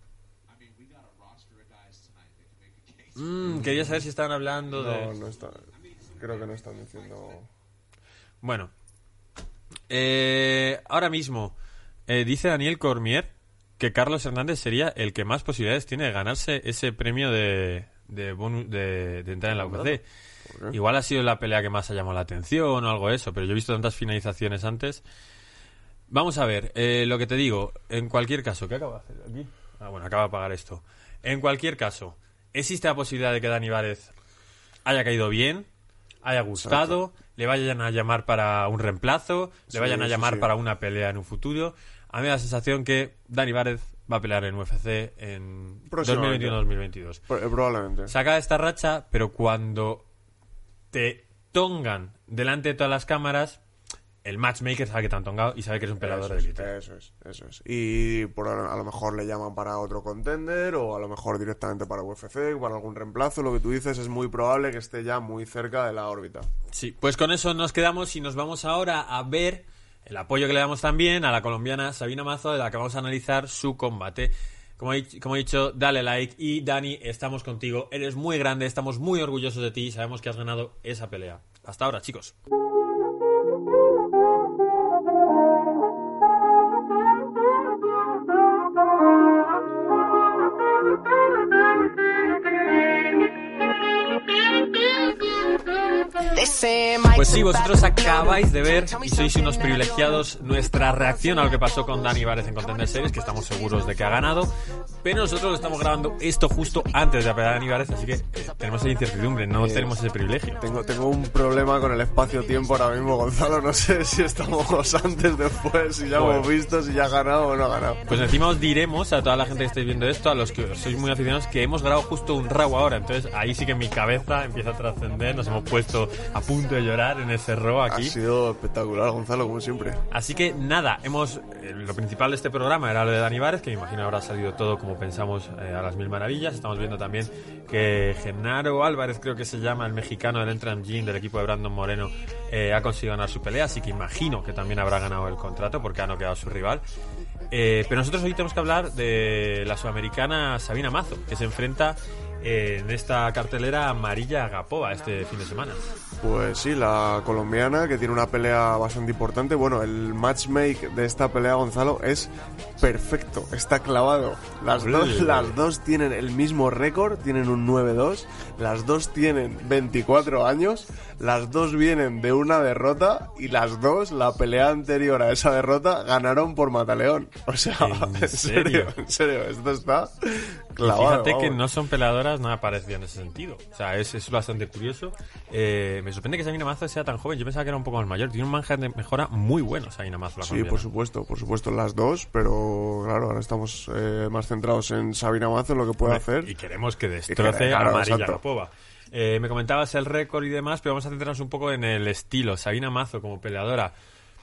Quería saber si estaban hablando de... No está. Creo que no están diciendo. Bueno. Ahora mismo, dice Daniel Cormier que Carlos Hernández sería el que más posibilidades tiene de ganarse ese premio de entrar en la UFC. Igual ha sido la pelea que más ha llamado la atención o algo de eso, pero yo he visto tantas finalizaciones antes. Vamos a ver, lo que te digo, en cualquier caso, ¿qué acaba de hacer aquí? Bueno, acaba de apagar esto. En cualquier caso, existe la posibilidad de que Dani Várez haya caído bien, haya gustado, le vayan a llamar para un reemplazo, le vayan a llamar para una pelea en un futuro. A mí me da la sensación que Dani Várez va a pelear en UFC en 2021-2022. Probablemente. Saca esta racha, pero cuando te tongan delante de todas las cámaras, el matchmaker sabe que te han tongado y sabe que eres un peleador de élite. Eso es. Y a lo mejor le llaman para otro contender o a lo mejor directamente para UFC, para algún reemplazo. Lo que tú dices es muy probable que esté ya muy cerca de la órbita. Sí, pues con eso nos quedamos y nos vamos ahora a ver el apoyo que le damos también a la colombiana Sabina Mazo, de la que vamos a analizar su combate. Como he dicho, dale like. Y Dani, estamos contigo, eres muy grande, estamos muy orgullosos de ti y sabemos que has ganado esa pelea. Hasta ahora, chicos. Pues sí, vosotros acabáis de ver, y sois unos privilegiados, nuestra reacción a lo que pasó con Dani Várez en Contender Series, que estamos seguros de que ha ganado, pero nosotros estamos grabando esto justo antes de la pelea de Dani Várez, así que tenemos esa incertidumbre, no tenemos ese privilegio. Tengo un problema con el espacio-tiempo ahora mismo, Gonzalo, no sé si estamos antes, después, si ya hemos visto, si ya ha ganado o no ha ganado. Pues encima os diremos a toda la gente que estáis viendo esto, a los que sois muy aficionados, que hemos grabado justo un Raw ahora, entonces ahí sí que mi cabeza empieza a trascender, nos hemos puesto a punto de llorar en ese Raw aquí. Ha sido espectacular, Gonzalo, como siempre. Así que nada, lo principal de este programa era lo de Dani Várez, que me imagino habrá salido todo como pensamos a las mil maravillas. Estamos viendo también que Genaro Álvarez, creo que se llama, el mexicano del Entram Gym del equipo de Brandon Moreno, ha conseguido ganar su pelea, así que imagino que también habrá ganado el contrato porque ha noqueado a su rival. Pero nosotros hoy tenemos que hablar de la sudamericana Sabina Mazo, que se enfrenta en esta cartelera amarilla Agapova este fin de semana. Pues sí, la colombiana, que tiene una pelea bastante importante. Bueno, el matchmake de esta pelea, Gonzalo, es perfecto, está clavado. Las dos tienen el mismo récord, tienen un 9-2, las dos tienen 24 años, las dos vienen de una derrota y las dos, la pelea anterior a esa derrota, ganaron por mataleón. O sea, en serio, esto está clavado. Y fíjate vamos, que no son peleadoras nada parecidas en ese sentido. O sea, es bastante curioso. Me sorprende que Sabina Mazo sea tan joven. Yo pensaba que era un poco más mayor. Tiene un margen de mejora muy bueno Sabina Mazo. Sí, por supuesto las dos, pero claro, ahora estamos más centrados en Sabina Mazo, en lo que puede hacer. Y queremos que destroce a Amarilla Agapova. Me comentabas el récord y demás, pero vamos a centrarnos un poco en el estilo. Sabina Mazo como peleadora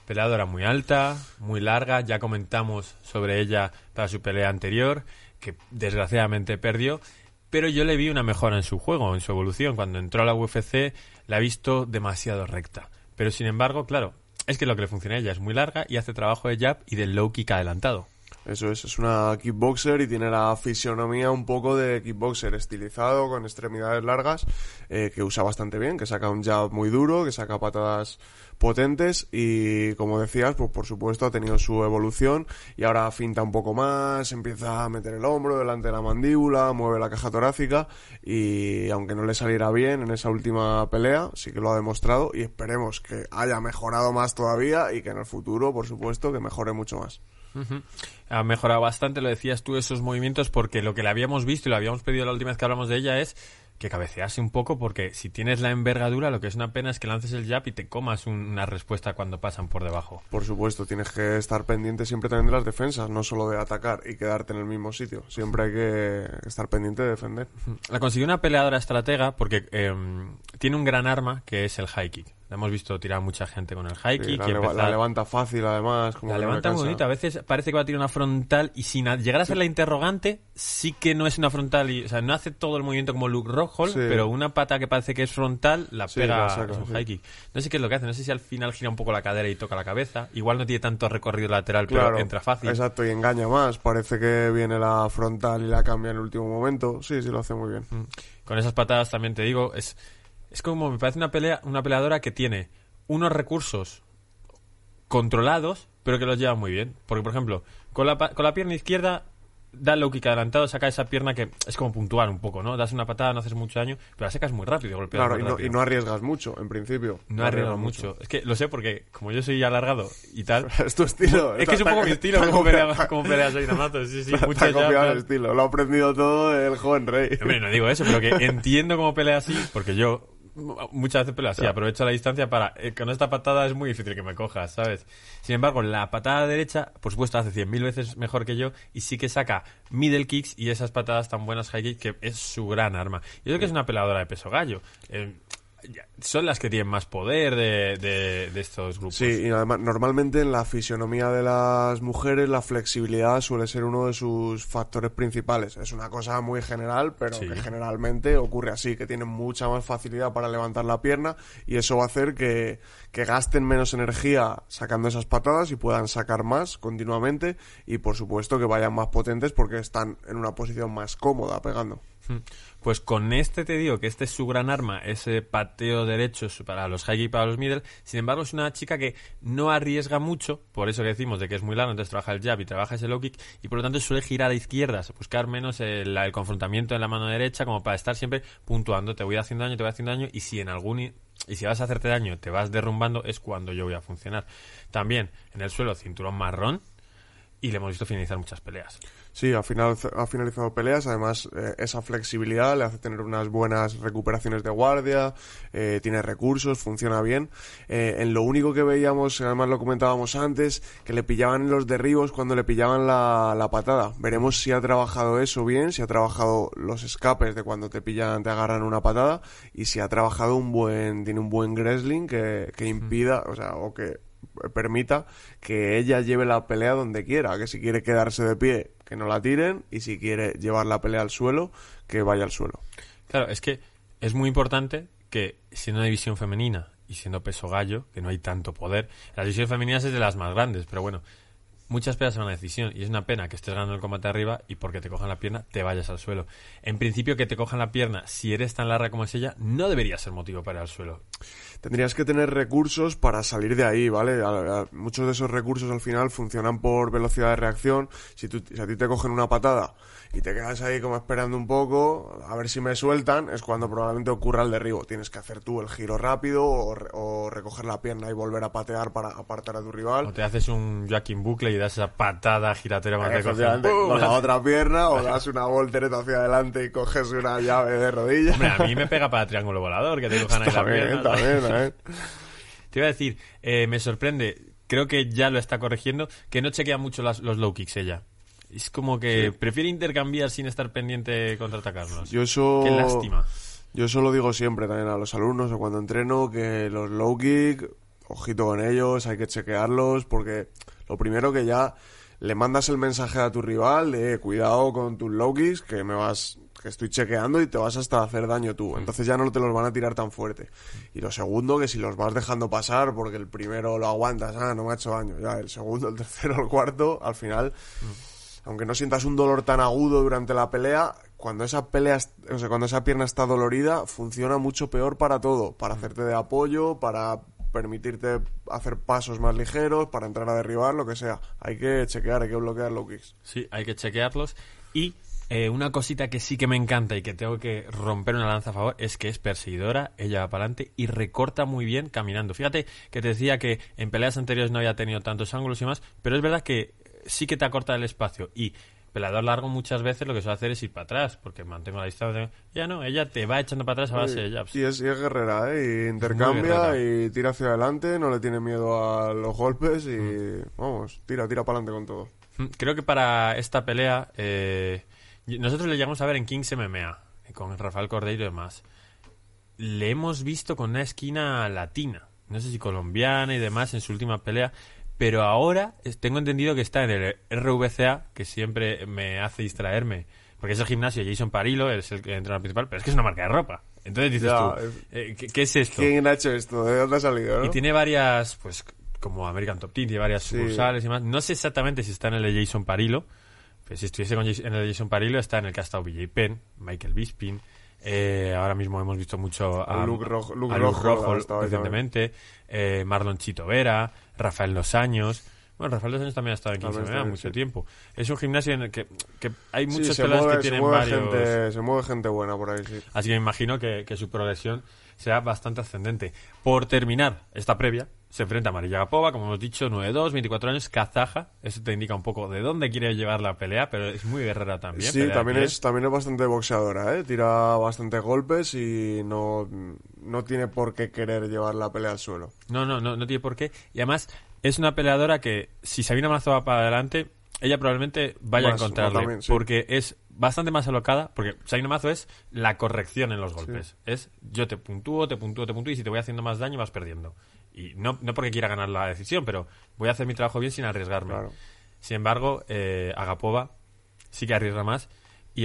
muy alta, muy larga. Ya comentamos sobre ella para su pelea anterior, que desgraciadamente perdió. Pero yo le vi una mejora en su juego, en su evolución. Cuando entró a la UFC la he visto demasiado recta. Pero sin embargo, claro, es que lo que le funciona a ella es muy larga y hace trabajo de jab y del low kick adelantado. Eso es una kickboxer y tiene la fisionomía un poco de kickboxer estilizado, con extremidades largas, que usa bastante bien, que saca un jab muy duro, que saca patadas potentes y, como decías, pues por supuesto ha tenido su evolución y ahora finta un poco más, empieza a meter el hombro delante de la mandíbula, mueve la caja torácica y, aunque no le saliera bien en esa última pelea, sí que lo ha demostrado y esperemos que haya mejorado más todavía y que en el futuro, por supuesto, que mejore mucho más. Uh-huh. Ha mejorado bastante, lo decías tú, esos movimientos, porque lo que le habíamos visto y lo habíamos pedido la última vez que hablamos de ella es cabecearse un poco, porque si tienes la envergadura, lo que es una pena es que lances el jab y te comas una respuesta cuando pasan por debajo. Por supuesto, tienes que estar pendiente siempre también de las defensas, no solo de atacar y quedarte en el mismo sitio. Siempre hay que estar pendiente de defender. La consiguió una peleadora estratega porque tiene un gran arma que es el high kick. La hemos visto tirar a mucha gente con el high kick. La levanta fácil, además. Como la levanta muy bonita. A veces parece que va a tirar una frontal y sin llegar a ser la interrogante, sí que no es una frontal. O sea, no hace todo el movimiento como Luke Rockhold, pero una pata que parece que es frontal la pega a un high kick. No sé qué es lo que hace. No sé si al final gira un poco la cadera y toca la cabeza. Igual no tiene tanto recorrido lateral, pero entra fácil. Exacto, y engaña más. Parece que viene la frontal y la cambia en el último momento. Sí, lo hace muy bien. Con esas patadas también te digo, es como me parece una peleadora que tiene unos recursos controlados, pero que los lleva muy bien. Porque, por ejemplo, con la pierna izquierda da el low kick adelantado, saca esa pierna que es como puntual un poco, ¿no? Das una patada, no haces mucho daño, pero la sacas muy rápido. Y no arriesgas mucho, en principio. No arriesgas mucho. Es que lo sé porque, como yo soy alargado y tal... Es tu estilo. Es que es un poco mi estilo como pelea Sabina Mazo. Sí, mucho ha copiado el estilo. Lo ha aprendido todo el joven rey. Hombre, no digo eso, pero que entiendo cómo pelea así, porque yo... muchas veces peleo así, aprovecho la distancia para... con esta patada es muy difícil que me cojas, ¿sabes? Sin embargo, la patada derecha, por supuesto, hace 100.000 veces mejor que yo y sí que saca middle kicks y esas patadas tan buenas high kick, que es su gran arma. Yo creo que es una peleadora de peso gallo. Son las que tienen más poder de estos grupos. Sí, y además normalmente en la fisionomía de las mujeres la flexibilidad suele ser uno de sus factores principales. Es una cosa muy general, pero que generalmente ocurre así, que tienen mucha más facilidad para levantar la pierna y eso va a hacer que gasten menos energía sacando esas patadas y puedan sacar más continuamente y por supuesto que vayan más potentes porque están en una posición más cómoda pegando. Pues con te digo que este es su gran arma, ese pateo derecho para los high kick y para los middle. Sin embargo, es una chica que no arriesga mucho, por eso que decimos de que es muy largo, entonces trabaja el jab y trabaja ese low kick, y por lo tanto suele girar a izquierdas, buscar menos el confrontamiento en la mano derecha, como para estar siempre puntuando, te voy haciendo daño, y si si vas a hacerte daño te vas derrumbando, es cuando yo voy a funcionar. También en el suelo, cinturón marrón, y le hemos visto finalizar muchas peleas. Sí, ha finalizado peleas, además esa flexibilidad le hace tener unas buenas recuperaciones de guardia, tiene recursos, funciona bien. En lo único que veíamos, además lo comentábamos antes, que le pillaban los derribos cuando le pillaban la patada. Veremos si ha trabajado eso bien, si ha trabajado los escapes de cuando te agarran una patada, y si ha trabajado tiene un buen wrestling que impida, o que permita que ella lleve la pelea donde quiera, que si quiere quedarse de pie, que no la tiren, y si quiere llevar la pelea al suelo, que vaya al suelo. Claro, es que es muy importante que, siendo una división femenina y siendo peso gallo, que no hay tanto poder, la división femenina es de las más grandes, pero bueno, muchas peleas son una decisión y es una pena que estés ganando el combate arriba y porque te cojan la pierna te vayas al suelo. En principio, que te cojan la pierna, si eres tan larga como es ella, no debería ser motivo para ir al suelo. Tendrías que tener recursos para salir de ahí, ¿vale? Muchos de esos recursos al final funcionan por velocidad de reacción. Si a ti te cogen una patada y te quedas ahí como esperando un poco, a ver si me sueltan, es cuando probablemente ocurra el derribo. Tienes que hacer tú el giro rápido o recoger la pierna y volver a patear para apartar a tu rival. O te haces un Joaquín Bucle y das esa patada giratera con la otra pierna, o das una voltereta hacia adelante y coges una llave de rodilla. Hombre, a mí me pega para triángulo volador, que te cojan ahí la pierna. También. Te iba a decir, me sorprende, creo que ya lo está corrigiendo, que no chequea mucho los low kicks ella. Es como que prefiere intercambiar sin estar pendiente contraatacarnos. Qué lástima. Yo eso lo digo siempre también a los alumnos o cuando entreno, que los low kick, ojito con ellos, hay que chequearlos, porque lo primero que ya le mandas el mensaje a tu rival de cuidado con tus low kicks, que estoy chequeando y te vas hasta hacer daño tú. Entonces ya no te los van a tirar tan fuerte. Y lo segundo, que si los vas dejando pasar, porque el primero lo aguantas, no me ha hecho daño. Ya el segundo, el tercero, el cuarto, al final, aunque no sientas un dolor tan agudo durante la pelea, cuando esa pierna está dolorida, funciona mucho peor para todo. Para hacerte de apoyo, para permitirte hacer pasos más ligeros, para entrar a derribar, lo que sea. Hay que chequear, hay que bloquear low kicks. Sí, hay que chequearlos. Y una cosita que sí que me encanta y que tengo que romper una lanza a favor es que es perseguidora, ella va para adelante y recorta muy bien caminando. Fíjate que te decía que en peleas anteriores no había tenido tantos ángulos y más, pero es verdad que sí que te acorta el espacio y peleador largo muchas veces lo que suele hacer es ir para atrás, porque mantengo la distancia. Ya no, ella te va echando para atrás a base de jabs. Y es guerrera, ¿eh? Y intercambia y tira hacia adelante, no le tiene miedo a los golpes y, vamos, tira para adelante con todo. Creo que para esta pelea, nosotros le llegamos a ver en Kings MMA, con Rafael Cordeiro y demás. Le hemos visto con una esquina latina, no sé si colombiana y demás en su última pelea, pero ahora tengo entendido que está en el RVCA, que siempre me hace distraerme, porque es el gimnasio de Jason Parillo, es el entrenador principal, pero es que es una marca de ropa. Entonces dices tú, ¿qué es esto? ¿Quién ha hecho esto? ¿De dónde ha salido? ¿No? Y tiene varias, pues como American Top Team, tiene varias sucursales y más. No sé exactamente si está en el de Jason Parillo, pero si estuviese en el de Jason Parillo está en el que ha estado BJ Penn, Michael Bisping. Ahora mismo hemos visto mucho a Luke Rojo recientemente, Marlon Chito Vera, Rafael Dos Años. Bueno, Rafael Dos Años también ha estado en 15 mucho tiempo. Es un gimnasio en el que hay muchos peleadores que tienen varios... se mueve gente buena por ahí, sí. Así que me imagino que su progresión sea bastante ascendente. Por terminar esta previa, se enfrenta a Maria Agapova, como hemos dicho, 9-2, 24 años, kazaja. Eso te indica un poco de dónde quiere llevar la pelea, pero es muy guerrera también. Sí, también es bastante boxeadora, ¿eh? Tira bastantes golpes y no tiene por qué querer llevar la pelea al suelo. No tiene por qué. Y además es una peleadora que, si Sabina Mazo va para adelante, ella probablemente vaya a encontrarle, también, sí. porque es bastante más alocada, porque Sabina Mazo es la corrección en los golpes. Sí. Es yo te puntúo, y si te voy haciendo más daño vas perdiendo. Y no porque quiera ganar la decisión, pero voy a hacer mi trabajo bien sin arriesgarme. Claro. Sin embargo, Agapova sí que arriesga más y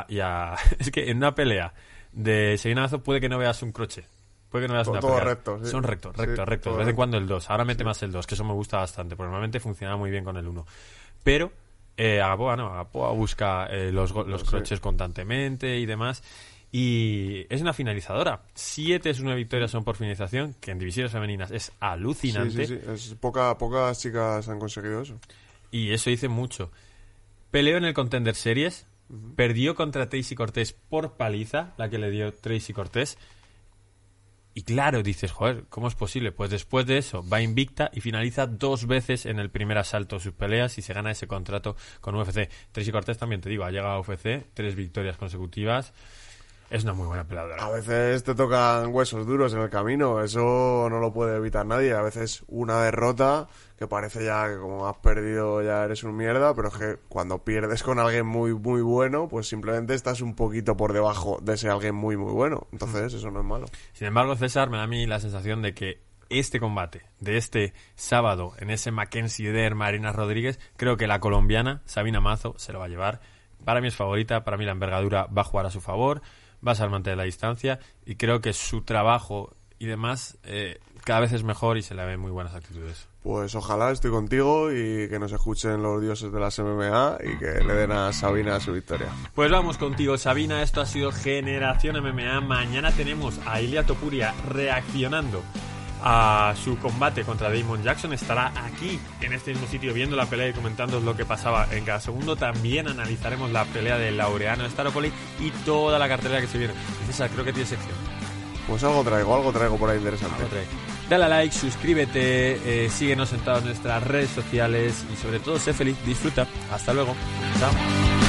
es que en una pelea de Sabina Mazo puede que no veas un croche. Puede que no veas una pelea. Recto, sí. Son rectos. De vez en cuando el 2. Ahora mete más el 2, que eso me gusta bastante, porque normalmente funcionaba muy bien con el 1. Pero Agapova no. Agapova busca los croches constantemente y demás. Y es una finalizadora. 7 de sus 9 victorias son por finalización, que en divisiones femeninas es alucinante. Sí. Pocas chicas han conseguido eso. Y eso dice mucho. Peleó en el Contender Series. Perdió contra Tracy Cortés por paliza, la que le dio Tracy Cortés. Y claro, dices, joder, ¿cómo es posible? Pues después de eso va invicta y finaliza 2 veces en el primer asalto de sus peleas y se gana ese contrato con UFC. Tracy Cortés también, te digo, ha llegado a UFC, 3 victorias consecutivas. Es una muy buena peleadora. A veces te tocan huesos duros en el camino, eso no lo puede evitar nadie. A veces una derrota que parece ya que como has perdido ya eres un mierda, pero es que cuando pierdes con alguien muy muy bueno, pues simplemente estás un poquito por debajo de ese alguien muy muy bueno. Entonces eso no es malo. Sin embargo, César, me da a mí la sensación de que este combate de este sábado en ese Mackenzie Dern Marina Rodríguez, creo que la colombiana Sabina Mazo se lo va a llevar. Para mí es favorita, para mí la envergadura va a jugar a su favor. Va a ser mantener la distancia y creo que su trabajo y demás cada vez es mejor y se le ven muy buenas actitudes. Pues ojalá, estoy contigo y que nos escuchen los dioses de las MMA y que le den a Sabina su victoria. Pues vamos contigo, Sabina. Esto ha sido Generación MMA. Mañana tenemos a Ilia Topuria reaccionando a su combate contra Damon Jackson. Estará aquí en este mismo sitio viendo la pelea y comentando lo que pasaba en cada segundo. También analizaremos la pelea de Laureano Staropoli y toda la cartelera que se viene. César, creo que tiene sección. Pues algo traigo por ahí interesante. Dale a like, suscríbete, síguenos en todas nuestras redes sociales y sobre todo sé feliz, disfruta. Hasta luego. Chao.